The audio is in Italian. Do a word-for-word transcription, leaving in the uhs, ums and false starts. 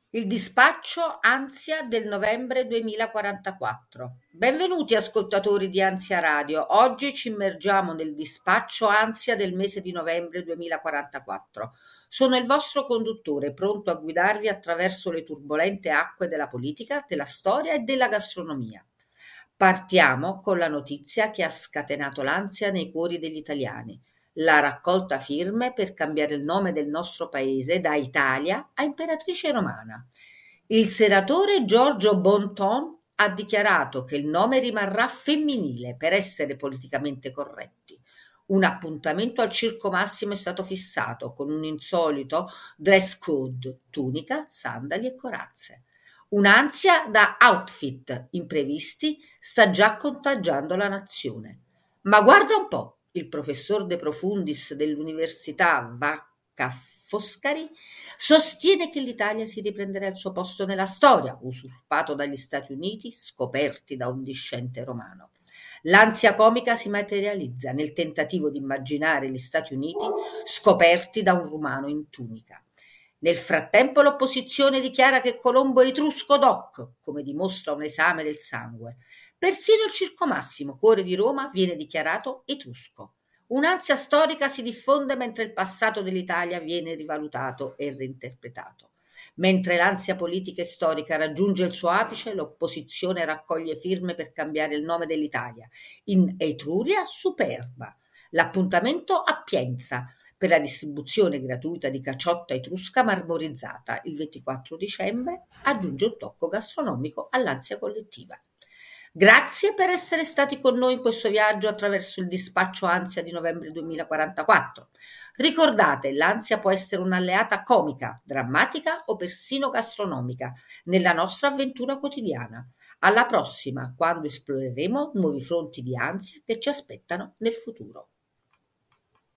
Il dispaccio Ansia del novembre duemilaquarantaquattro. Benvenuti ascoltatori di Ansia Radio. Oggi ci immergiamo nel dispaccio Ansia del mese di novembre duemilaquarantaquattro. Sono il vostro conduttore, pronto a guidarvi attraverso le turbolente acque della politica, della storia e della gastronomia. Partiamo con la notizia che ha scatenato l'ansia nei cuori degli italiani: la raccolta firme per cambiare il nome del nostro paese da Italia a Imperatrice Romana. Il senatore Giorgio Bonton ha dichiarato che il nome rimarrà femminile per essere politicamente corretti. Un appuntamento al Circo Massimo è stato fissato con un insolito dress code, tunica, sandali e corazze. Un'ansia da outfit imprevisti sta già contagiando la nazione. Ma guarda un po', il professor De Profundis dell'Università Vacca Foscari sostiene che l'Italia si riprenderà il suo posto nella storia, usurpato dagli Stati Uniti, scoperti da un discente romano. L'ansia comica si materializza nel tentativo di immaginare gli Stati Uniti scoperti da un rumano in tunica. Nel frattempo l'opposizione dichiara che Colombo è etrusco doc, come dimostra un esame del sangue. Persino il Circo Massimo, cuore di Roma, viene dichiarato etrusco. Un'ansia storica si diffonde mentre il passato dell'Italia viene rivalutato e reinterpretato. Mentre l'ansia politica e storica raggiunge il suo apice, l'opposizione raccoglie firme per cambiare il nome dell'Italia in Etruria Superba. L'appuntamento a Pienza per la distribuzione gratuita di caciotta etrusca marmorizzata il ventiquattro dicembre aggiunge un tocco gastronomico all'ansia collettiva. Grazie per essere stati con noi in questo viaggio attraverso il dispaccio ansia di novembre duemilaquarantaquattro. Ricordate, l'ansia può essere un'alleata comica, drammatica o persino gastronomica nella nostra avventura quotidiana. Alla prossima, quando esploreremo nuovi fronti di ansia che ci aspettano nel futuro.